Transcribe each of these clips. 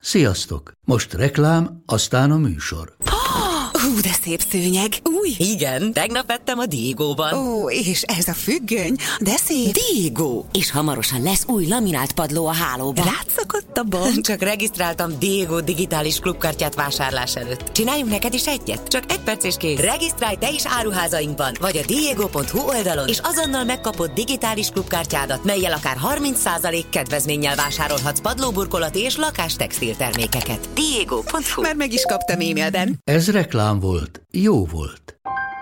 Sziasztok! Most reklám, aztán a műsor. De szép szőnyeg. Új? Igen, tegnap vettem a Diegóban. Ó, és ez a függöny, de szép. Diegó! És hamarosan lesz új laminált padló a hálóban. Rátszakadt a bank. Csak regisztráltam Diegó digitális klubkártyát vásárlás előtt. Csináljunk neked is egyet? Csak 1 perc és kész. Regisztrálj te is áruházainkban, vagy a diego.hu oldalon, és azonnal megkapod digitális klubkártyádat, mellyel akár 30% kedvezménnyel vásárolhatsz padlóburkolati és lakástextil termékeket. Diego.hu. Már meg is kaptam e-mailben. Ez reklám volt, jó volt.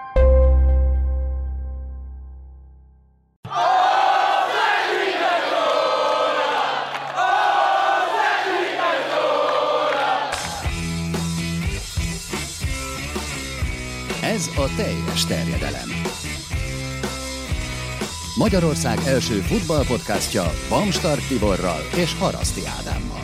Ez a teljes terjedelem. Magyarország első futballpodcastja Bamstart Tiborral és Haraszti Ádámmal.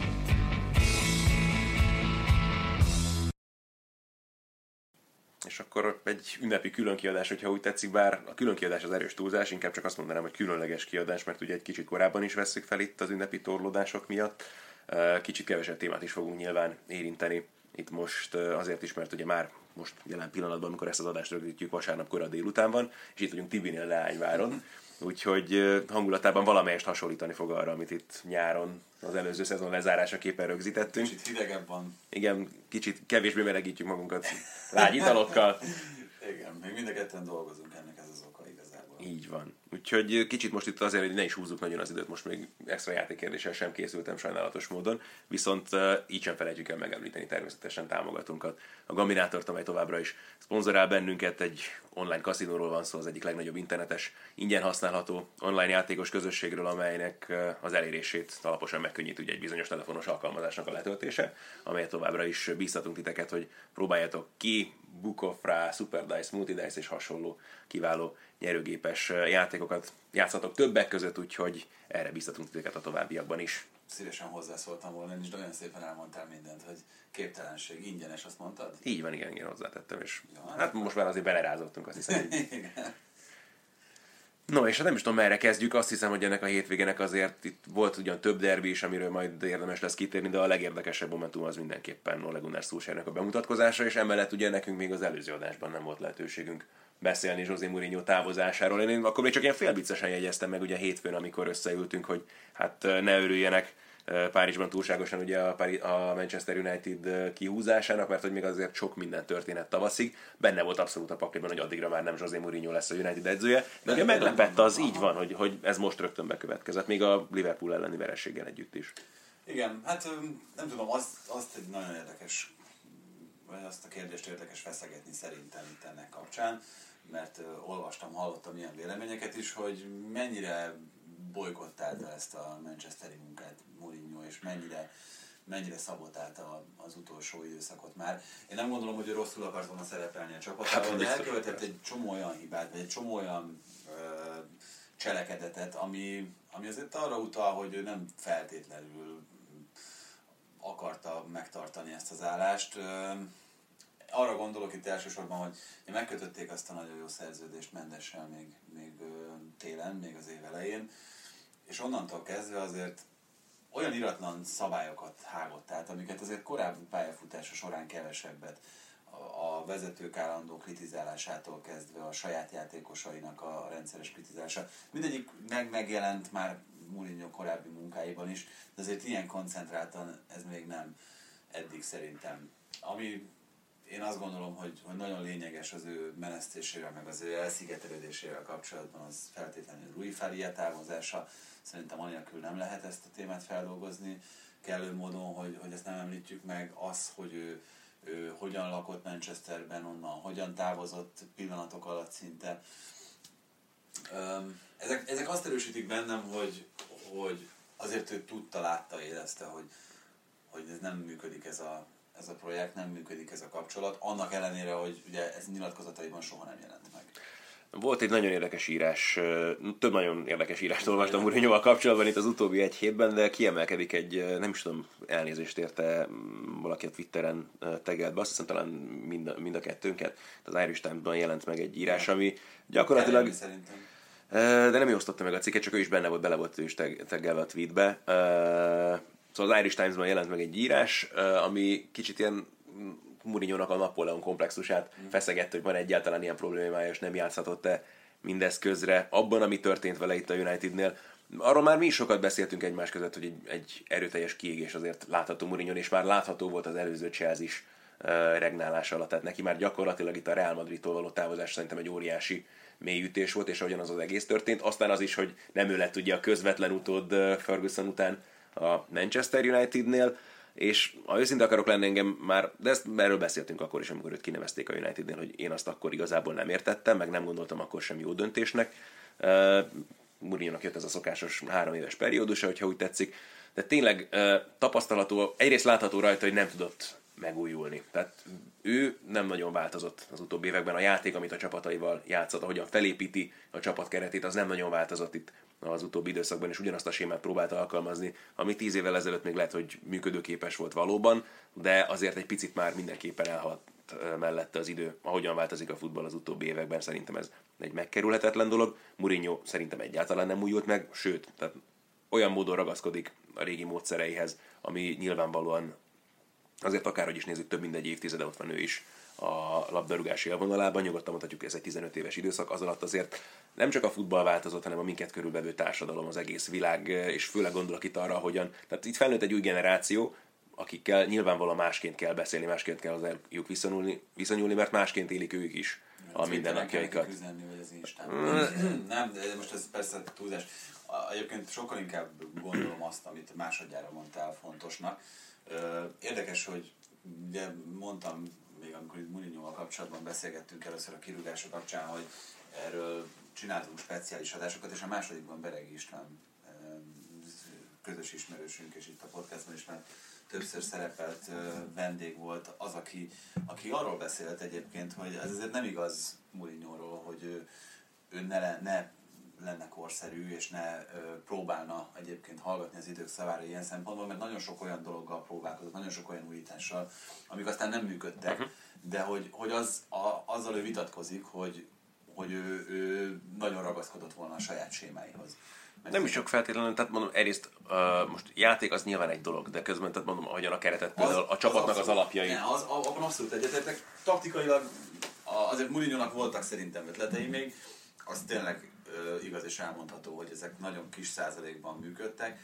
És akkor egy ünnepi különkiadás, hogyha úgy tetszik, bár a különkiadás az erős túlzás, inkább csak azt mondanám, hogy különleges kiadás, mert ugye egy kicsit korábban is vesszük fel itt az ünnepi torlódások miatt. Kicsit kevesebb témát is fogunk nyilván érinteni. Itt most azért is, mert ugye már most jelen pillanatban, amikor ezt az adást rögzítjük, vasárnap kora délután van, és itt vagyunk Tibinél Leányváron, úgyhogy hangulatában valamelyest hasonlítani fog arra, amit itt nyáron az előző szezon lezárásaképpen rögzítettünk. Kicsit hidegebb van. Igen, kicsit kevésbé melegítjük magunkat lágy italokkal. Igen, még mind a ketten dolgozunk, ennek ez az oka igazából. Így van. Úgyhogy kicsit most itt azért, hogy ne is húzzuk nagyon az időt, most még extra játékkérdéssel sem készültem sajnálatos módon, viszont így sem felejtjük el megemlíteni természetesen támogatónkat. A Gaminátort, amely továbbra is szponzorál bennünket, egy online kaszinóról van szó, az egyik legnagyobb internetes, ingyen használható online játékos közösségről, amelynek az elérését alaposan megkönnyít ugye egy bizonyos telefonos alkalmazásnak a letöltése, amelyet továbbra is bíztatunk titeket, hogy próbáljátok ki, Book of Ra, Super Dice, Multi Dice és hasonló kiváló nyerőgépes játékokat játszatok többek között, úgyhogy erre bíztatunk titeket a továbbiakban is. Szívesen hozzászóltam volna, én is, de olyan szépen elmondtál mindent, hogy képtelenség, ingyenes, azt mondtad? Így van, igen, hozzátettem, és hát most már azért belerázottunk, azt hiszem. No, és hát nem is tudom, merre kezdjük, azt hiszem, hogy ennek a hétvégének azért itt volt ugyan több derbi is, amiről majd érdemes lesz kitérni, de a legérdekesebb momentum az mindenképpen Ole Gunnar Solskjaernek a bemutatkozása, és emellett ugye nekünk még az előző adásban nem volt lehetőségünk beszélni José Mourinho távozásáról. Én akkor még csak ilyen félviccesen jegyeztem meg ugye hétfőn, amikor összeültünk, hogy hát ne örüljenek Párizsban túlságosan ugye a Manchester United kihúzásának, mert hogy még azért sok minden történet tavaszig. Benne volt abszolút a pakliban, hogy addigra már nem José Mourinho lesz a United edzője, de ugye meglepett az, így van, hogy ez most rögtön bekövetkezett, még a Liverpool elleni vereséggel együtt is. Igen, hát nem tudom, azt egy nagyon érdekes, vagy azt a kérdést érdekes feszegetni szerintem itt ennek kapcsán, mert olvastam, hallottam ilyen véleményeket is, hogy mennyire bolykottálta ezt a manchesteri munkát Mourinho, és mennyire szabotálta az utolsó időszakot már. Én nem gondolom, hogy ő rosszul akart volna szerepelni a csapatában, de elkövetett egy csomó olyan hibát, vagy egy csomó olyan cselekedetet, ami azért arra utal, hogy ő nem feltétlenül akarta megtartani ezt az állást. Arra gondolok itt elsősorban, hogy megkötötték azt a nagyon jó szerződést Mendessel még télen, még az év elején, és onnantól kezdve azért olyan iratlan szabályokat hágott át, amiket azért korábbi pályafutása során kevesebbet, a vezetők állandó kritizálásától kezdve a saját játékosainak a rendszeres kritizálása. Mindegyik megjelent már Mourinho korábbi munkáiban is, de azért ilyen koncentráltan ez még nem eddig szerintem. Ami én azt gondolom, hogy nagyon lényeges az ő menesztésével, meg az ő elszigetelődésével kapcsolatban, az feltétlenül Rui Faria távozása. Szerintem anélkül nem lehet ezt a témát feldolgozni kellő módon, hogy ezt nem említjük meg. Az, hogy ő hogyan lakott Manchesterben, onnan hogyan távozott pillanatok alatt szinte. Ezek azt erősítik bennem, hogy azért ő tudta, látta, érezte, hogy ez nem működik ez a projekt, nem működik ez a kapcsolat, annak ellenére, hogy ugye ez nyilatkozataiban soha nem jelent meg. Volt egy nagyon érdekes írás, több nagyon érdekes írást olvastam Mourinhoval kapcsolatban itt az utóbbi egy hétben, de kiemelkedik egy, nem is tudom, elnézést érte valaki a Twitteren teggelt be, azt hiszem talán mind a kettőnket. Az Irish Times-ban jelent meg egy írás, ami gyakorlatilag... De nem osztotta meg a cikket, csak ő is bele volt ő is teggelve a tweetbe. Szóval Szóval az Irish Times-ban jelent meg egy írás, ami kicsit ilyen Mourinho-nak a Napóleon komplexusát feszegette, hogy van egyáltalán ilyen problémája, és nem játszhatott-e mindez közre abban, ami történt vele itt a Unitednél. Arról már mi is sokat beszéltünk egymás között, hogy egy erőteljes kiégés azért látható Mourinhon, és már látható volt az előző Chelsea-s regnálása alatt. Tehát neki már gyakorlatilag itt a Real Madridtól való távozás szerintem egy óriási mélyütés volt, és ahogyan az egész történt. Aztán az is, hogy nem ő lett ugye a közvetlen utód Ferguson után a Manchester Unitednél, és ha őszinte akarok lenni, engem már, de erről beszéltünk akkor is, amikor őt kinevezték a Unitednél, hogy én azt akkor igazából nem értettem, meg nem gondoltam akkor sem jó döntésnek. Mourinhónak jött ez a szokásos 3 éves periódusa, hogyha úgy tetszik, de tényleg tapasztalható, egyrészt látható rajta, hogy nem tudott megújulni. Tehát ő nem nagyon változott az utóbbi években. A játék, amit a csapataival játszott, ahogyan felépíti a csapat keretét, az nem nagyon változott itt az utóbbi időszakban, és ugyanazt a sémát próbálta alkalmazni, ami 10 évvel ezelőtt még lehet, hogy működőképes volt valóban, de azért egy picit már mindenképpen elhalt mellette az idő. Ahogyan változik a futball az utóbbi években, szerintem ez egy megkerülhetetlen dolog. Mourinho szerintem egyáltalán nem újult meg, sőt, tehát olyan módon ragaszkodik a régi módszereihez, ami nyilvánvalóan azért akárhogy is nézzük, több mint egy évtizede ott van ő is a labdarúgási élvonalában, nyugodtan mondhatjuk, ez egy 15 éves időszak, az alatt azért nem csak a futball változott, hanem a minket körülvevő társadalom, az egész világ, és főleg gondolok itt arra, hogyan, tehát itt felnőtt egy új generáció, akikkel nyilvánvalóan másként kell beszélni, másként kell hozzájuk viszonyulni, mert másként élik ők is a mindennapjaikat. Nem, de most ez persze túlzás. Egyébként sokkal inkább gondolom azt, amit másodjára mondtál fontosnak. Érdekes, hogy ugye mondtam még amikor itt Mourinhoval kapcsolatban beszélgettünk először a kirúgása kapcsán, hogy erről csináltunk speciális adásokat, és a másodikban Beregi István közös ismerősünk, és itt a podcastban is már többször szerepelt vendég volt az, aki arról beszélt egyébként, hogy ez azért nem igaz Mourinhoról, hogy ő ne lenne korszerű, és ne próbálna egyébként hallgatni az idők szavára ilyen szempontból, mert nagyon sok olyan dologgal próbálkozott, nagyon sok olyan újítással, amik aztán nem működtek, de hogy azzal ő vitatkozik, hogy ő nagyon ragaszkodott volna a saját sémáihoz. Nem is sok feltétlenül, tehát mondom, egyrészt most játék az nyilván egy dolog, de közben, tehát mondom, ahogyan a keretet például a csapatnak az alapjai. Abban abszolút egyetértek. Taktikailag azért Mourinhonak voltak szerintem ötletei még, az tényleg igaz és elmondható, hogy ezek nagyon kis százalékban működtek.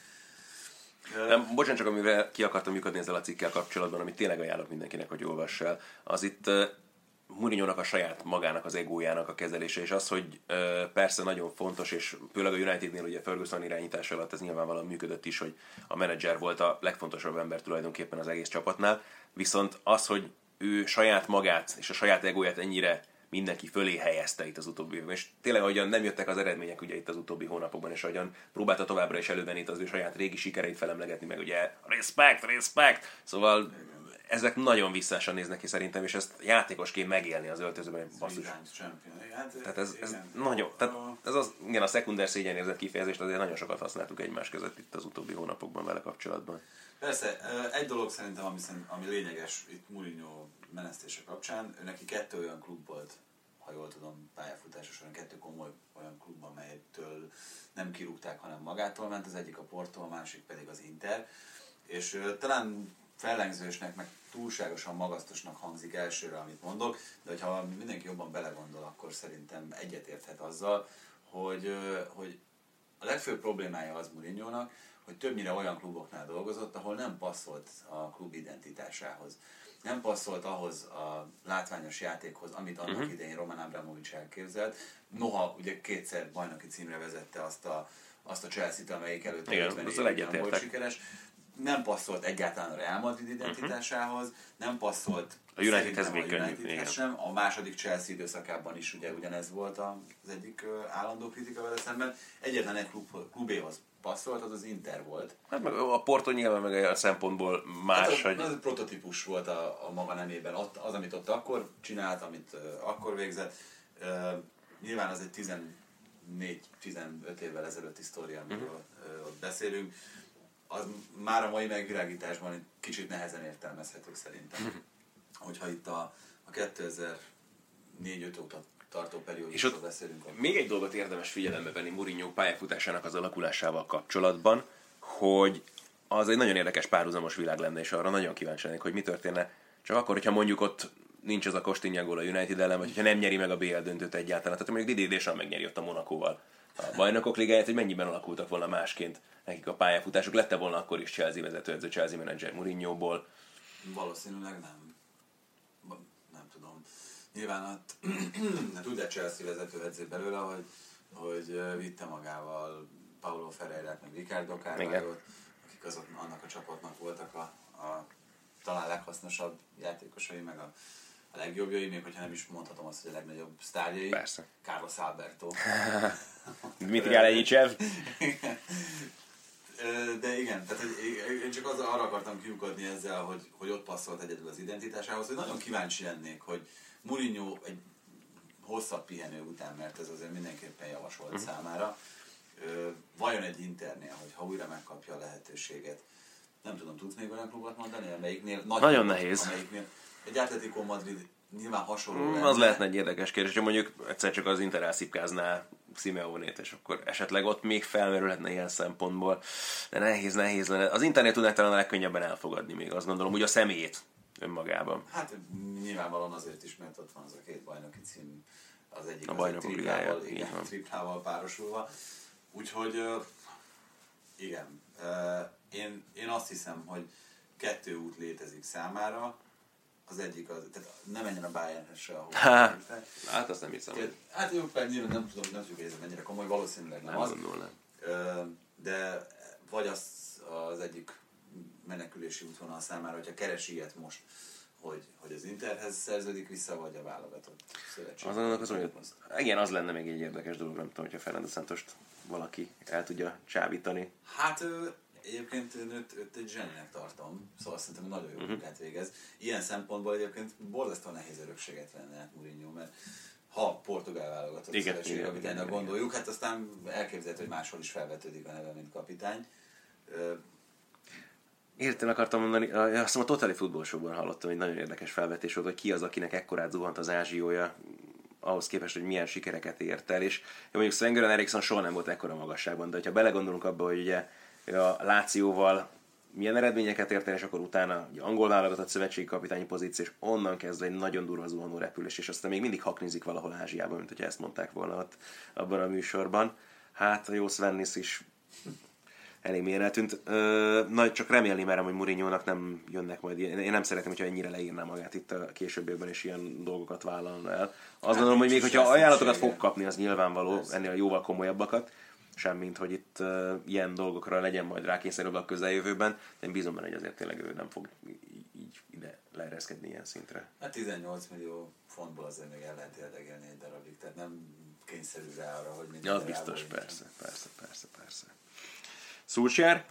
Bocsánat, csak amivel ki akartam működni ezzel a cikkel kapcsolatban, amit tényleg ajánlok mindenkinek, hogy olvass el, az itt Mourinhonak a saját magának az egójának a kezelése, és az, hogy persze nagyon fontos, és főleg a Unitednél ugye Ferguson irányítása alatt ez nyilvánvalóan működött is, hogy a menedzser volt a legfontosabb ember tulajdonképpen az egész csapatnál, viszont az, hogy ő saját magát és a saját egóját ennyire mindenki fölé helyezte itt az utóbbi évben, és tényleg ahogyan nem jöttek az eredmények ugye itt az utóbbi hónapokban, és ahogyan próbálta továbbra is elővenni itt az ő saját régi sikereit felemlegetni, meg ugye respect, szóval ezek nagyon visszásan néznek ki szerintem, és ezt játékosként megélni az öltözőben, basszus. Tehát ez nagyon, tehát ez az, igen, a szekunder szégyenérzet kifejezést azért nagyon sokat használtuk egymás között itt az utóbbi hónapokban vele kapcsolatban. Persze, egy dolog szerintem, ami lényeges itt Mourinho menesztése kapcsán, ő neki 2 olyan klub volt, ha jól tudom, pályafutása során 2 komoly olyan klubban, amelytől nem kirúgták, hanem magától ment, az egyik a Porto, a másik pedig az Inter, és talán fellengzősnek, meg túlságosan magasztosnak hangzik elsőre, amit mondok, de hogyha mindenki jobban belegondol, akkor szerintem egyetérthet azzal, hogy a legfőbb problémája az Mourinhonak, hogy többnyire olyan kluboknál dolgozott, ahol nem passzolt a klub identitásához. Nem passzolt ahhoz a látványos játékhoz, amit annak idején Roman Abramovich elképzelt. Noha ugye 2-szer bajnoki címre vezette azt a Chelsea-t, amelyik előtt 50 évben volt sikeres. Nem passzolt egyáltalán a Real Madrid identitásához, nem passzolt a Unitedhez még könnyű sem. A második Chelsea időszakában is ugye ugyanez volt az egyik állandó kritika vele szemben. Egyetlen egy klubéhoz passzolt, az Inter volt. Hát meg a Porto nyilván meg a szempontból más, hát az prototípus volt a maga nemében. Az, amit ott akkor csinált, amit akkor végzett. Nyilván az egy 14-15 évvel ezelőtti sztória, amiről ott beszélünk. Az már a mai megvilágításban egy kicsit nehezen értelmezhető szerintem. Hogyha itt a 2004-5 óta tartó periódusról beszélünk. Még egy dolgot érdemes figyelembe venni Mourinho pályafutásának az alakulásával kapcsolatban, hogy az egy nagyon érdekes párhuzamos világ lenne, és arra nagyon kíváncsi lennék, hogy mi történne. Csak akkor, hogyha mondjuk ott nincs az a Costinha gól a United ellen, vagy hogyha nem nyeri meg a BL döntőt egyáltalán. Tehát mondjuk Didier Deschamps megnyeri ott a Monacóval a Bajnokok Ligáját, hogy mennyiben alakultak volna másként nekik a pályafutásuk. Lette volna akkor is Chelsea vezetőedző, Chelsea menedzser Mourinhoból. Valószínűleg nem. Nem tudom. Nyilván hát úgy lett Chelsea vezetőedző belőle, hogy vitte magával Paulo Ferreirát, meg Ricardo Carvalhót, akik azok annak a csapatnak voltak a talán leghasznosabb játékosai, meg a legjobbjai, még hogyha nem is mondhatom azt, hogy a legnagyobb sztárjai. Persze. Carlos Alberto. Dmitri Alenyicsev. De igen, tehát én csak arra akartam kiukadni ezzel, hogy ott passzolt egyedül az identitásához, hogy nagyon kíváncsi lennék, hogy Mourinho egy hosszabb pihenő után, mert ez azért mindenképpen javasolt számára, vajon egy Internél, hogy ha újra megkapja a lehetőséget, nem tudom, tudsz még olyan klubot mondani, amelyiknél nagyon nehéz. Amelyiknél egy Atletico Madrid nyilván hasonló lenne. Az lehetne egy érdekes kérdés, hogy mondjuk egyszer csak az Inter elszipkázná Simeonét, és akkor esetleg ott még felmerülhetne ilyen szempontból. De nehéz lenne. Az Internél tudnák talán a legkönnyebben elfogadni még, azt gondolom, úgy a személyét önmagában. Hát nyilvánvalóan azért is, mert ott van az a két bajnoki cím, az egyik a az Bajnokok Ligája, triplával párosulva. Úgyhogy igen, én azt hiszem, hogy 2 út létezik számára. Az egyik az, tehát ne menjen a Bayernhez se, ahol... Hát azt nem hiszem. Hát jó, nyilván nem tudom, hogy ez mennyire komoly, valószínűleg nem az. De vagy az egyik menekülési útvonal számára, hogyha keresi ilyet most, hogy az Interhez szerződik vissza, vagy a válogatott szövetség. Azon gondolkozom, hogy igen, az lenne még egy érdekes dolog, nem tudom, hogyha Fernando Santost valaki el tudja csábítani. Hát egyébként őt egy zseninek tartom, szóval szerintem nagyon jó munkát végez. Ilyen szempontból egyébként borzasztóan nehéz örökséget venni át Mourinho, mert ha portugál válogatott szövetségkapitánynak gondoljuk, hát aztán elképzelhető, hogy máshol is felvetődik a neve, mint kapitány. Értem, akartam mondani, azt hiszem a Totally Football Show-ban hallottam, egy nagyon érdekes felvetés volt, hogy ki az, akinek ekkorát zuhant az ázsiója, ahhoz képest, hogy milyen sikereket ért el, és mondjuk Sven-Göran Eriksson soha nem volt ekkora magasságban, de ha belegondolunk abba, hogy ugye a Lációval milyen eredményeket ért el, és akkor utána ugye angol válogatott szövetségi kapitányi pozíció, és onnan kezdve egy nagyon durva zuhanó repülés, és aztán még mindig haknizik valahol Ázsiában, mint hogyha ezt mondták volna ott abban a műsorban. Hát a jó Svennis is elég mélyen eltűnt. Csak remélni merem, hogy Mourinho-nak nem jönnek majd ilyen. Én nem szeretném, hogyha ennyire leírná magát itt a későbbiekben, és ilyen dolgokat vállalna el. Azt gondolom, hogy még hogyha ajánlatokat fog kapni, az nyilvánvaló, ennél jóval komolyabbakat, semmint, hogy itt ilyen dolgokra legyen majd rákényszerülve a közeljövőben. Én bízom benne, hogy azért tényleg ő nem fog így ide leereszkedni ilyen szintre. Hát 18 millió fontból azért még el lehet érdekelni egy darabig, tehát nem kényszerül rá arra, hogy minden. Az biztos, persze. Solskjaer?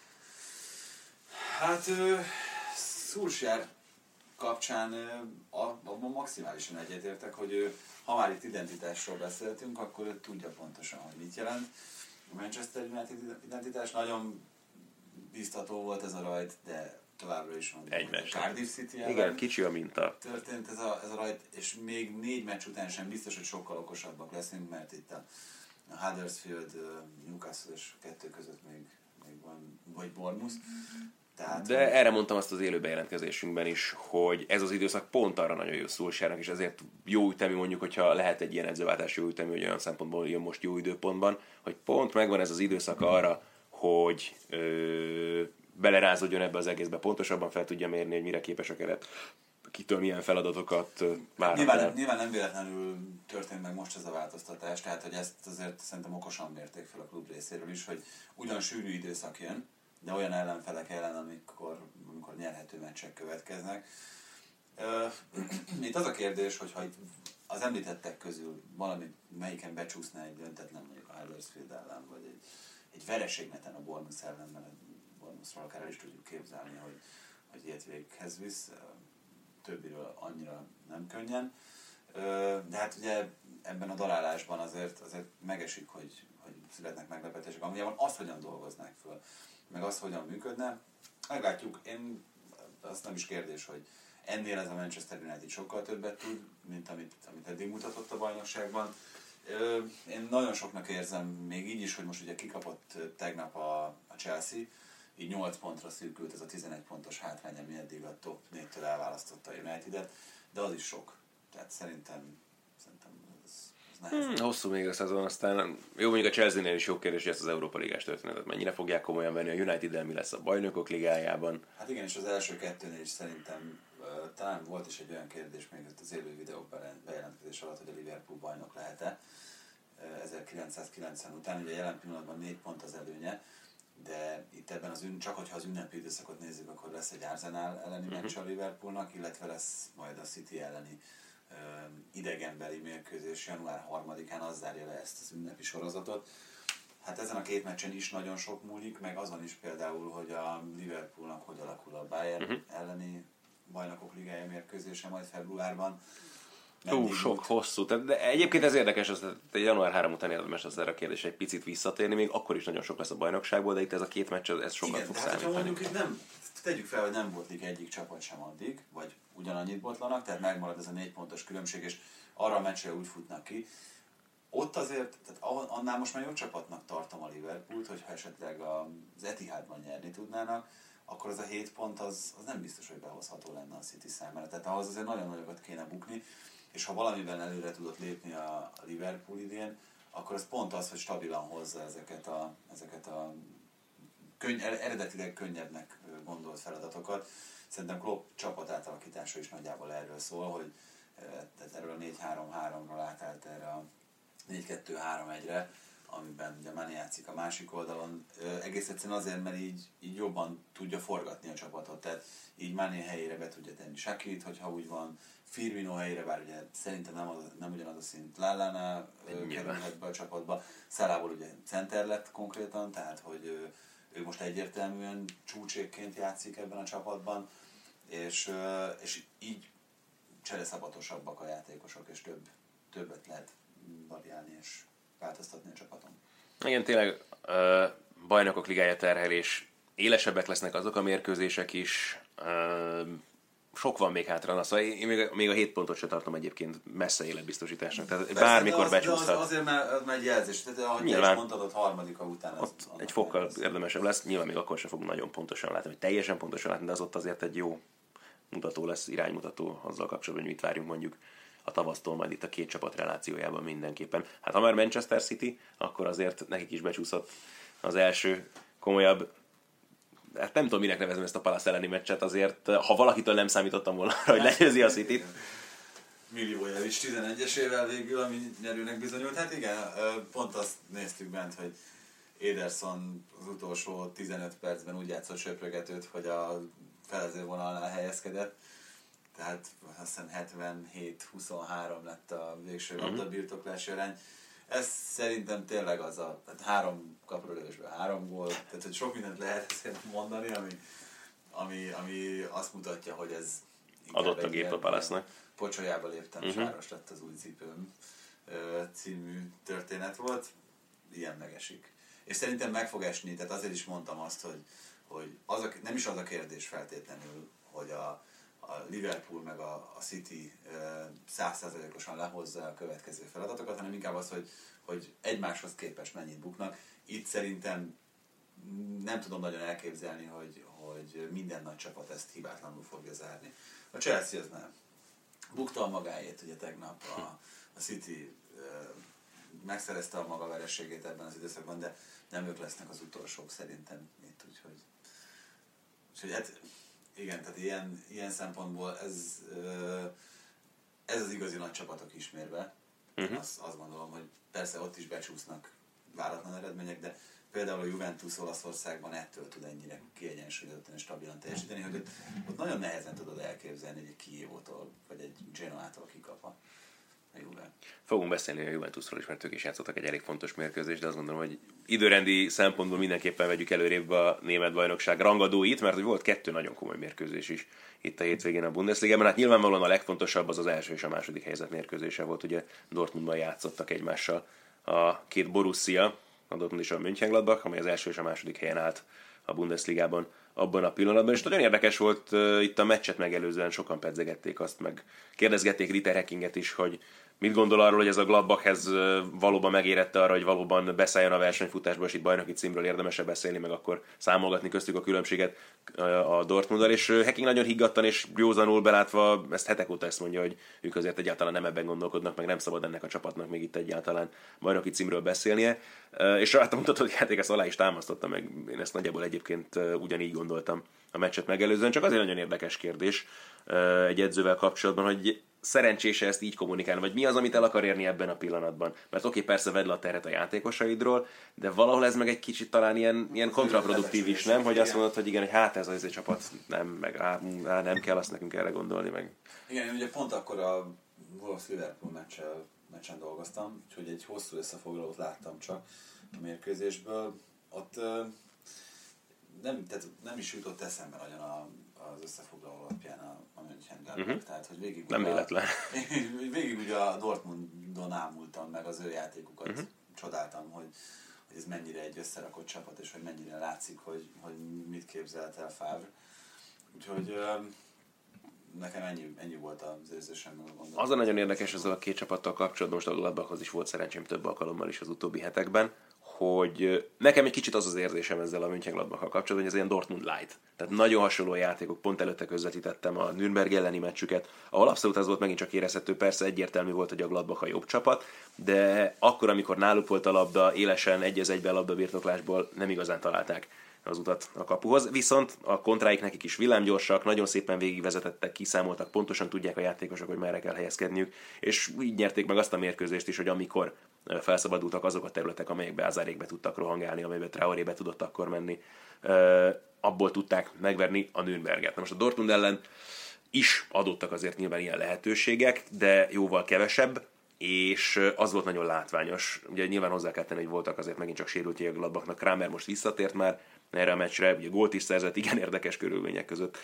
Hát Solskjaer kapcsán abban maximálisan egyetértek, hogy ha már itt identitásról beszéltünk, akkor ő tudja pontosan, hogy mit jelent. A Manchester United identitás nagyon biztató volt ez a rajt, de továbbra is van. Egy Cardiff City ellen. Igen, kicsi a minta. Történt ez a rajt, és még 4 meccs után sem biztos, hogy sokkal okosabbak leszünk, mert itt a Huddersfield, Newcastle és 2 között még van, vagy Bournemouth. Tehát, de erre mondtam azt az élő bejelentkezésünkben is, hogy ez az időszak pont arra nagyon jó Solskjaernek, és ezért jó ütemű, mondjuk, hogyha lehet egy ilyen edzőváltás jó ütemű, hogy olyan szempontból jön most jó időpontban, hogy pont megvan ez az időszak arra, hogy belerázódjon ebbe az egészbe, pontosabban fel tudja mérni, hogy mire képes a keret, kitől milyen feladatokat várnak el. Nyilván nem véletlenül történt meg most ez a változtatás, tehát hogy ezt azért szerintem okosan mérték fel a klub részéről is, hogy ugyan sűrű időszak jön, de olyan ellenfelek ellen, amikor nyerhető meccsek következnek. Itt az a kérdés, hogy ha itt az említettek közül valami melyiken becsúszna egy döntetlen, mondjuk a Huddersfield ellen, vagy egy vereségneten a Bournemouth ellen, mert a Bournemouthról akár el is tudjuk képzelni, hogy ilyet véghez visz, többiről annyira nem könnyen. De hát ugye ebben a darálásban azért megesik, hogy születnek meglepetések, amiben az, hogyan dolgoznák föl, meg az, hogyan működne. Meglátjuk, én azt nem is kérdés, hogy ennél ez a Manchester United sokkal többet tud, mint amit eddig mutatott a bajnokságban. Én nagyon soknak érzem, még így is, hogy most ugye kikapott tegnap a Chelsea, így 8 pontra szűkült ez a 11 pontos hátrány, ami eddig a top 4-től elválasztotta a United-et, de az is sok. Tehát szerintem ez nehéz. Hosszú még a szezon, aztán jó, mondjuk a Chelsea-nél is jó kérdés, hogy ezt az Európa Ligás történetet mennyire fogják komolyan venni, a United-del mi lesz a Bajnokok Ligájában. Hát igen, és az első kettőnél is szerintem talán volt is egy olyan kérdés még az élő videók bejelentkezés alatt, hogy a Liverpool bajnok lehet-e 1990 után. Ugye jelen pillanatban 4 pont az előnye, de itt ebben csak hogyha az ünnepi időszakot nézzük, akkor lesz egy Arsenal elleni meccs a Liverpoolnak, illetve lesz majd a City elleni idegenbeli mérkőzés január 3-án, az zárja le ezt az ünnepi sorozatot. Hát ezen a két meccsen is nagyon sok múlik, meg azon is például, hogy a Liverpoolnak hogy alakul a Bayern elleni Bajnokok Ligája mérkőzése majd februárban. Sok, hosszú. De egyébként ez érdekes, az január 3 után érdemes az erre a kérdésre egy picit visszatérni, még akkor is nagyon sok lesz a bajnokságból, de itt ez a két meccs, ez sokat fog számítani. Igen, mondjuk itt nem, tegyük fel, hogy nem botlik egyik csapat sem addig, vagy ugyanannyit botlanak, tehát megmarad ez a 4 pontos különbség, és arra a meccsre úgy futnak ki. Ott azért, tehát annál most már jó csapatnak tartom a Liverpoolt, hogyha esetleg az Etihadban nyerni tudnának, akkor az a 7 pont az nem biztos, hogy behozható lenne a City számára. Tehát ahhoz azért nagyon nagyokat kéne bukni, és ha valamiben előre tudott lépni a Liverpool idén, akkor az pont az, hogy stabilan hozza ezeket a eredetileg könnyebbnek gondolt feladatokat. Szerintem Klopp csapat átalakítása is nagyjából erről szól, hogy tehát erről a 4-3-3-ról átállt erre a 4-2-3-1-re, amiben ugye Mané játszik a másik oldalon. Egész egyszerűen azért, mert így jobban tudja forgatni a csapatot. Tehát így Mané helyére be tudja tenni Shakirit, hogyha úgy van. Firmino helyére, bár ugye szerintem nem ugyanaz a szint, Lallana kerülhet be a csapatba. Salahból ugye center lett konkrétan, tehát hogy ő most egyértelműen csúcsékként játszik ebben a csapatban, és így csereszabatosabbak a játékosok, és többet lehet variálni és változtatni a csapaton. Igen, tényleg Bajnokok Ligája terhelés, élesebbek lesznek azok a mérkőzések is, sok van még hátra, szóval én még a 7 pontot se tartom egyébként messze életbiztosításnak, tehát persze, bármikor becsúszhat. Azért már egy jelzés, tehát ahogy te is mondtad, ott harmadika után ott egy fokkal érdemesebb lesz, nyilván még akkor sem fogunk nagyon pontosan látni, vagy teljesen pontosan látni, de az ott azért egy jó mutató lesz, iránymutató azzal kapcsolatban, hogy mit várjunk mondjuk a tavasztól majd itt a két csapat relációjában mindenképpen. Hát ha már Manchester City, akkor azért nekik is becsúszott az első komolyabb, hát nem tudom, minek nevezem ezt a Palace elleni meccset, azért ha valakitől nem számítottam volna, hogy legyőzi a Cityt. Milivojevic 11-esével végül, ami nyerőnek bizonyult. Hát igen, pont azt néztük bent, hogy Ederson az utolsó 15 percben úgy játszott söprögetőt, hogy a felezővonalnál helyezkedett. Tehát azt hiszem 77-23 lett a végső labdabirtoklási arány. Ez szerintem tényleg az tehát 3 kaprólövésből 3 gól, tehát hogy sok mindent lehet mondani, ami azt mutatja, hogy ez adott a gép a Palace-nak. Pocsolyába léptem, sáros lett az új cipőm című történet volt, ilyen megesik. És szerintem meg fog esni, tehát azért is mondtam azt, hogy nem is az a kérdés feltétlenül, hogy a Liverpool meg a City 100%-osan lehozza a következő feladatokat, hanem inkább az, hogy egymáshoz képest mennyit buknak. Itt szerintem nem tudom nagyon elképzelni, hogy minden nagy csapat ezt hibátlanul fogja zárni. A Chelsea az nem. Bukta a magáét, ugye tegnap a City megszerezte a maga vereségét ebben az időszakban, de nem ők lesznek az utolsók szerintem itt, úgyhogy hát igen, tehát ilyen szempontból ez az igazi nagy csapatok ismérve. Azt gondolom, hogy persze ott is becsúsznak váratlan eredmények, de például a Juventus Olaszországban ettől tud ennyire kiegyensúlyozottan és stabilan teljesíteni, hogy ott nagyon nehezen tudod elképzelni, hogy egy Kijevótól vagy egy Genoától kikap a Juve. Fogunk beszélni a Juventusról is, mert ők is játszottak egy elég fontos mérkőzést, de azt gondolom, hogy időrendi szempontból mindenképpen vegyük előrébb a német bajnokság rangadóit, mert hogy volt 2 nagyon komoly mérkőzés is itt a hétvégén a Bundesligában. Hát nyilvánvalóan a legfontosabb az első és a második helyzet mérkőzése volt, ugye Dortmundban játszottak egymással a két Borussia, a Dortmund és a Mönchengladbach, amely az első és a második helyen állt a Bundesligában abban a pillanatban, és nagyon érdekes volt itt a meccset megelőzően, sokan pedzegették azt, meg kérdezgették Dieter Heckinget is, hogy mit gondol arról, hogy ez a Gladbachhez valóban megérette arra, hogy valóban beszálljon a versenyfutásba, és itt bajnoki címről érdemesebb beszélni, meg akkor számolgatni köztük a különbséget a Dortmunddal, és Hacking nagyon higgadtan és józanul belátva, ezt hetek óta ezt mondja, hogy ők azért egyáltalán nem ebben gondolkodnak, meg nem szabad ennek a csapatnak még itt egyáltalán bajnoki címről beszélnie, és rajta mutatott játék, ezt alá is támasztotta, meg én ezt nagyjából egyébként ugyanígy gondoltam a meccset megelőzően, csak azért nagyon érdekes kérdés egy edzővel kapcsolatban, hogy szerencsése ezt így kommunikálni, vagy mi az, amit el akar érni ebben a pillanatban. Mert oké, persze vedd le a terhet a játékosaidról, de valahol ez meg egy kicsit talán ilyen kontraproduktív is, nem? Hogy azt mondod, hogy igen, hogy hát ez az egy csapat nem, meg nem kell, azt nekünk erre gondolni, meg. Igen, én ugye pont akkor a Wolves-Liverpool meccsen dolgoztam, úgyhogy egy hosszú összefoglalót láttam csak a mérkőzésből. Ott nem is jutott eszembe nagyon az összefoglaló alapján a Mönchengladbach, tehát hogy végig nem véletlen. Végig ugye a Dortmundon ámultam meg az ő játékukat, csodáltam, hogy ez mennyire egy összerakott csapat, és hogy mennyire látszik, hogy mit képzelt el Favre. Úgyhogy nekem ennyi volt az érzésem, meg a gondolat. Az a nagyon érdekes ezzel a két csapattal kapcsolatban, most a Gladbachhoz is volt szerencsém több alkalommal is az utóbbi hetekben, hogy nekem egy kicsit az az érzésem ezzel a Mönchengladbachival kapcsolatban, hogy ez ilyen Dortmund light. Tehát nagyon hasonló játékok, pont előtte közvetítettem a Nürnberg elleni meccsüket, ahol abszolút az volt megint csak érezhető, persze egyértelmű volt, hogy a Gladbach a jobb csapat, de akkor, amikor náluk volt a labda, élesen 1-1 labdabirtoklásból nem igazán találták az utat a kapuhoz, viszont a kontráik nekik is villámgyorsak, nagyon szépen végigvezetettek, kiszámoltak, pontosan tudják a játékosok, hogy merre kell helyezkedniük, és így nyerték meg azt a mérkőzést is, hogy amikor felszabadultak azok a területek, amelyekbe Azárékbe tudtak rohangálni, amelybe Traorébe tudott akkor menni, abból tudták megverni a Nürnberget. Na most a Dortmund ellen is adottak azért nyilván ilyen lehetőségek, de jóval kevesebb, és az volt nagyon látványos. Ugye nyilván hozzá kell tenni, hogy voltak azért megint csak sérültjei a Gladbachnak. Kramer most visszatért már erre a meccsre, ugye gólt is szerzett, igen érdekes körülmények között.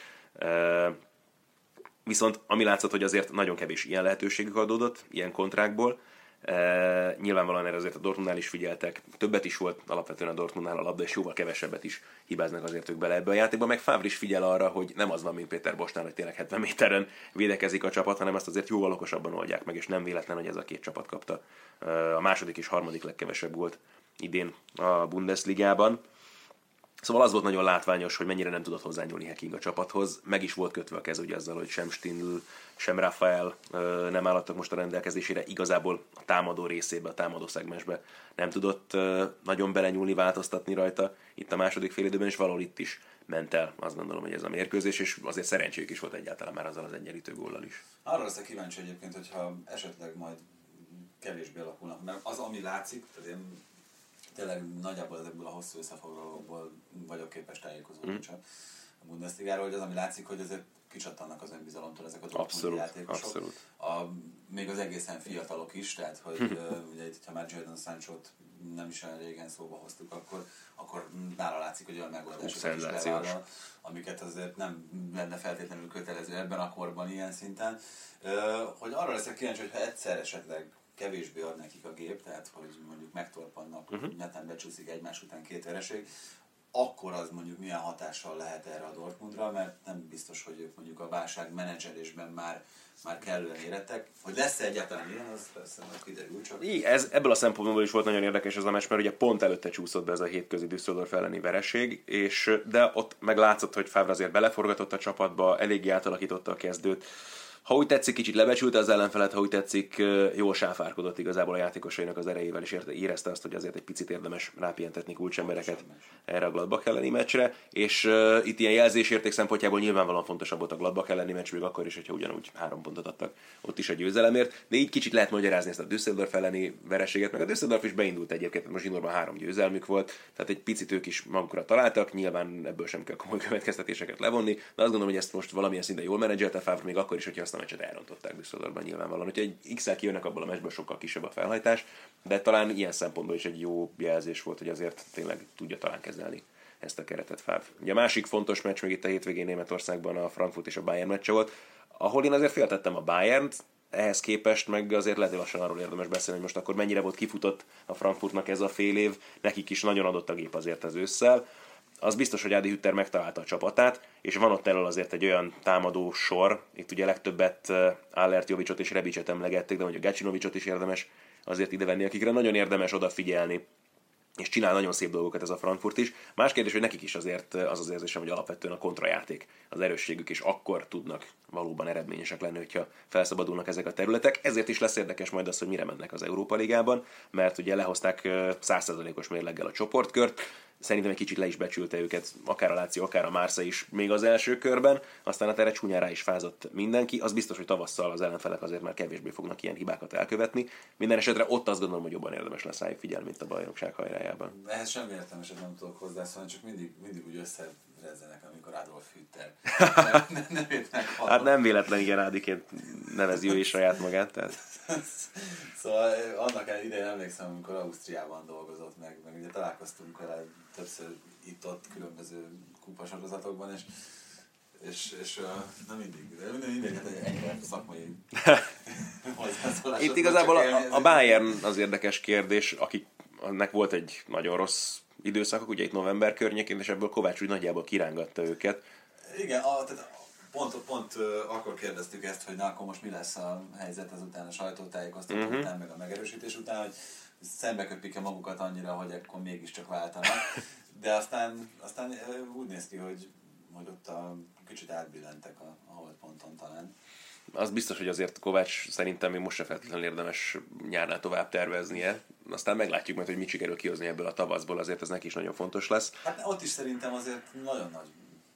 Viszont ami látszott, hogy azért nagyon kevés ilyen lehetőségük adódott, ilyen kontrákból. Nyilvánvalóan erre azért a Dortmundnál is figyeltek, többet is volt alapvetően a Dortmundnál a labda, és jóval kevesebbet is hibáznak azért ők bele ebbe a játékba, meg Favre is figyel arra, hogy nem az van, mint Péter Boschnál, hogy tényleg 70 méteren védekezik a csapat, hanem azt azért jóval okosabban oldják meg, és nem véletlen, hogy ez a két csapat kapta a második és harmadik legkevesebb volt idén a Bundesligában. Szóval az volt nagyon látványos, hogy mennyire nem tudott hozzányúlni Hacking a csapathoz. Meg is volt kötve a kez ugye azzal, hogy sem Stindl, sem Rafael nem állottak most a rendelkezésére. Igazából a támadó részébe, a támadó szegmensbe nem tudott nagyon belenyúlni, változtatni rajta itt a második félidőben, és valahol itt is ment el, azt gondolom, hogy ez a mérkőzés, és azért szerencséjük is volt egyáltalán már azzal az egyenlítő góllal is. Arra leszek kíváncsi egyébként, hogyha esetleg majd kevésbé alakulnak, mert az, ami látszik, tehát én tényleg nagyjából ezekből a hosszú összefoglalókból vagyok képes tájékozódni csak a Bundesligáról, hogy az, ami látszik, hogy ezek kicsattannak az önbizalomtól ezek a Dortmundi játékosok. Abszolút. Még az egészen fiatalok is, tehát hogy ugye itt, ha már Jadon Sanchót nem is olyan régen szóba hoztuk, akkor nála látszik, hogy olyan megoldásokat is bevállal, amiket azért nem lenne feltétlenül kötelező ebben a korban ilyen szinten. Hogy arra leszek kíváncsi, hogy ha egyszer esetleg kevésbé ad nekik a gép, tehát hogy mondjuk megtorpannak, neten becsúszik egymás után két vereség, akkor az mondjuk milyen hatással lehet erre a Dortmundra, mert nem biztos, hogy ők mondjuk a válság menedzselésben már kellően érettek. Hogy lesz-e egyáltalán ilyen, az persze majd kiderül csak. Ebből a szempontból is volt nagyon érdekes ez a meccs, mert ugye pont előtte csúszott be ez a hétközi Düsseldorf elleni vereség, de ott meglátszott, hogy Favre azért beleforgatott a csapatba, eléggé átalakította a kezdőt. Ha úgy tetszik, kicsit lebecsülte az ellenfelet, ha úgy tetszik, jól sáfárkodott igazából a játékosainak az erejével, és érezte azt, hogy azért egy picit érdemes rápihentetni kulcsembereket erre a Gladbach elleni meccsre, és itt ilyen jelzésérték szempontjából nyilvánvalóan fontosabb volt a Gladbach elleni meccs, még akkor is, hogyha ugyanúgy 3 pontot adtak ott is a győzelemért, de így kicsit lehet magyarázni ezt a Düsseldorf elleni vereséget, meg a Düsseldorf is beindult egyébként, most zsinórban 3 győzelmük volt, tehát egy picit ők is magukra találtak, nyilván ebből sem kell komoly következtetéseket levonni, de azt gondolom, hogy ezt most valamilyen szinten jól menedzselte Favre, még akkor is, hogyha azt a meccset elrontották Düsseldorfban nyilvánvalóan. Úgyhogy egy X-el kijönnek abból a meccsből, sokkal kisebb a felhajtás, de talán ilyen szempontból is egy jó jelzés volt, hogy azért tényleg tudja talán kezelni ezt a keretet Favre. Ugye a másik fontos meccs még itt a hétvégén Németországban a Frankfurt és a Bayern meccse volt, ahol én azért féltettem a Bayernt, ehhez képest meg azért lehet, hogy lassan arról érdemes beszélni, hogy most akkor mennyire volt kifutott a Frankfurtnak ez a fél év, nekik is nagyon adott a gép azért az ősszel. az biztos, hogy Adi Hütter megtalálta a csapatát, és van ott elől azért egy olyan támadó sor, itt ugye legtöbbet Allert, Jovicot és Rebicet emlegették, de mondjuk Gacinovicsot is érdemes azért idevenni, akikre nagyon érdemes odafigyelni, és csinál nagyon szép dolgokat ez a Frankfurt is. Más kérdés, hogy nekik is azért az érzésem, hogy alapvetően a kontrajáték az erősségük, és akkor tudnak valóban eredményesek lenni, hogyha felszabadulnak ezek a területek. Ezért is lesz érdekes majd az, hogy mire mennek az Európa Ligában, mert ugye lehozták 100%-os mérleggel a csoportkört, szerintem egy kicsit le is becsülte őket, akár a Lazio, akár a Marseille is még az első körben, aztán a erre csúnyán rá is fázott mindenki. Az biztos, hogy tavasszal az ellenfelek azért már kevésbé fognak ilyen hibákat elkövetni. Minden esetre ott azt gondolom, hogy jobban érdemes lesz rájuk figyelni, mint a bajnokság hajrájában. Ehhez semmi értelmeset nem tudok hozzászólni, csak mindig úgy összerezzenek, amikor Adolf Hütter. Hát nem véletlen ilyen Ádiként nevezi ő is saját magát. Tehát. Szóval annak idején emlékszem, amikor Ausztriában dolgozott meg ugye találkoztunk vele többször itt-ott különböző kupasorozatokban, és nem mindig egy szakmai hozzászólás. Itt igazából a Bayern az érdekes kérdés, akiknek volt egy nagyon rossz időszakok, ugye itt november környékén, és ebből Kovács úgy nagyjából kirángatta őket. Igen, tehát pont akkor kérdeztük ezt, hogy na akkor most mi lesz a helyzet azután a sajtótájékoztató után, meg a megerősítés után, hogy szembeköpik-e magukat annyira, hogy akkor mégiscsak váltanak. De aztán úgy néz ki, hogy ott kicsit átbillentek a holdponton talán. Az biztos, hogy azért Kovács szerintem még most se feltétlenül érdemes nyárnál tovább terveznie. Aztán meglátjuk majd, hogy mit sikerül kihozni ebből a tavaszból, azért ez neki is nagyon fontos lesz. Hát ott is szerintem azért nagyon nagy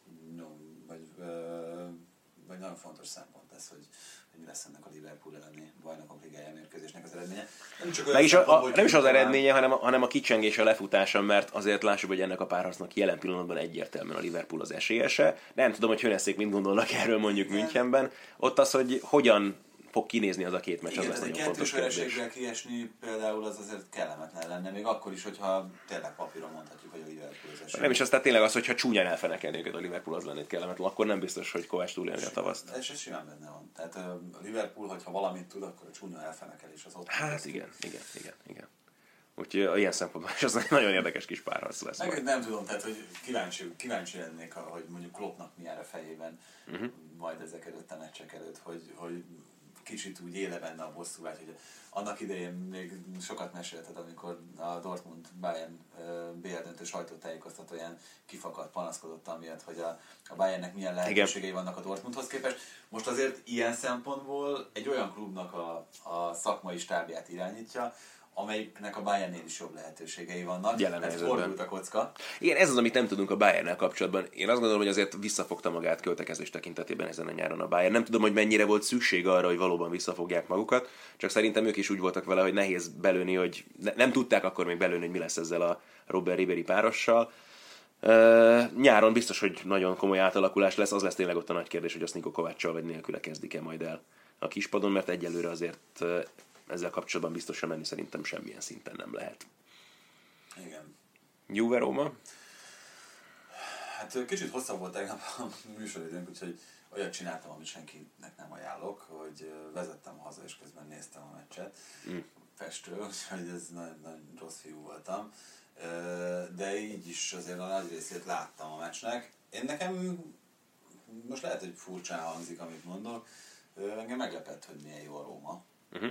vagy nagyon fontos szempont ez, hogy mi lesz ennek a Liverpool elleni Bajnokok Ligája mérkőzésnek az eredménye. Nem is az eredménye, hanem a kicsengés, a lefutása, mert azért lássuk, hogy ennek a párharcnak jelen pillanatban egyértelműen a Liverpool az esélyese. Nem tudom, hogy Höneszék mit gondolnak erről mondjuk Münchenben. Ott az, hogy hogyan fog kinézni az a két meccs, az lesz nagyon fontos kérdés. Igen, kettős kiesni például az azért kellemetlen lenne, még akkor is, hogyha tényleg papíron mondhatjuk, hogy a Liverpool az esély. Nem is az, tehát tényleg az, hogyha csúnyán elfenekelni őket a Liverpool, az lenne kellemetlen, akkor nem biztos, hogy Kovács túlélni a tavaszt. És ez simán benne van. Tehát a Liverpool, hogyha valamit tud, akkor a csúnya elfenekelés az ott. Hát igen. Úgyhogy ilyen szempontból is az nagyon érdekes kis párharc lesz. Meg nem tudom, tehát hogy kíváncsi lennék, hogy mondjuk Kloppnak mi jár a fejében majd ezek előtt a meccsek előtt, hogy kicsit úgy éle benne a bosszúvágy, hogy annak idején még sokat mesélted, amikor a Dortmund Bayern BL döntő sajtótájékoztatóján kifakadt, panaszkodott amiatt, hogy a Bayernnek milyen lehetőségei vannak a Dortmundhoz képest. Most azért ilyen szempontból egy olyan klubnak a szakmai stábját irányítja, amelyiknek a Bayernnél is jobb lehetőségei vannak. Ez fordult a kocka. Igen, ez az, amit nem tudunk a Bayernnel kapcsolatban. Én azt gondolom, hogy azért visszafogta magát költekezés tekintetében ezen a nyáron a Bayern. Nem tudom, hogy mennyire volt szükség arra, hogy valóban visszafogják magukat, csak szerintem ők is úgy voltak vele, hogy nehéz belőni, hogy nem tudták akkor még belőni, hogy mi lesz ezzel a Robben Ribéry párossal. Nyáron biztos, hogy nagyon komoly átalakulás lesz, az lesz tényleg ott a nagy kérdés, hogy azt Niko Kováccsal vagy nélküle kezdik-e majd el a kispadon, mert egyelőre azért ezzel kapcsolatban biztosan menni szerintem semmilyen szinten nem lehet. Igen. Juve Róma? Hát kicsit hosszabb volt tegnap a műsoridőnk, úgyhogy olyat csináltam, amit senkinek nem ajánlok, hogy vezettem haza és közben néztem a meccset. Festő, úgyhogy ez nagyon rossz fiú voltam. De így is azért a nagy részét láttam a meccsnek. Én nekem, most lehet, hogy furcsán hangzik, amit mondok, engem meglepett, hogy milyen jó a Róma.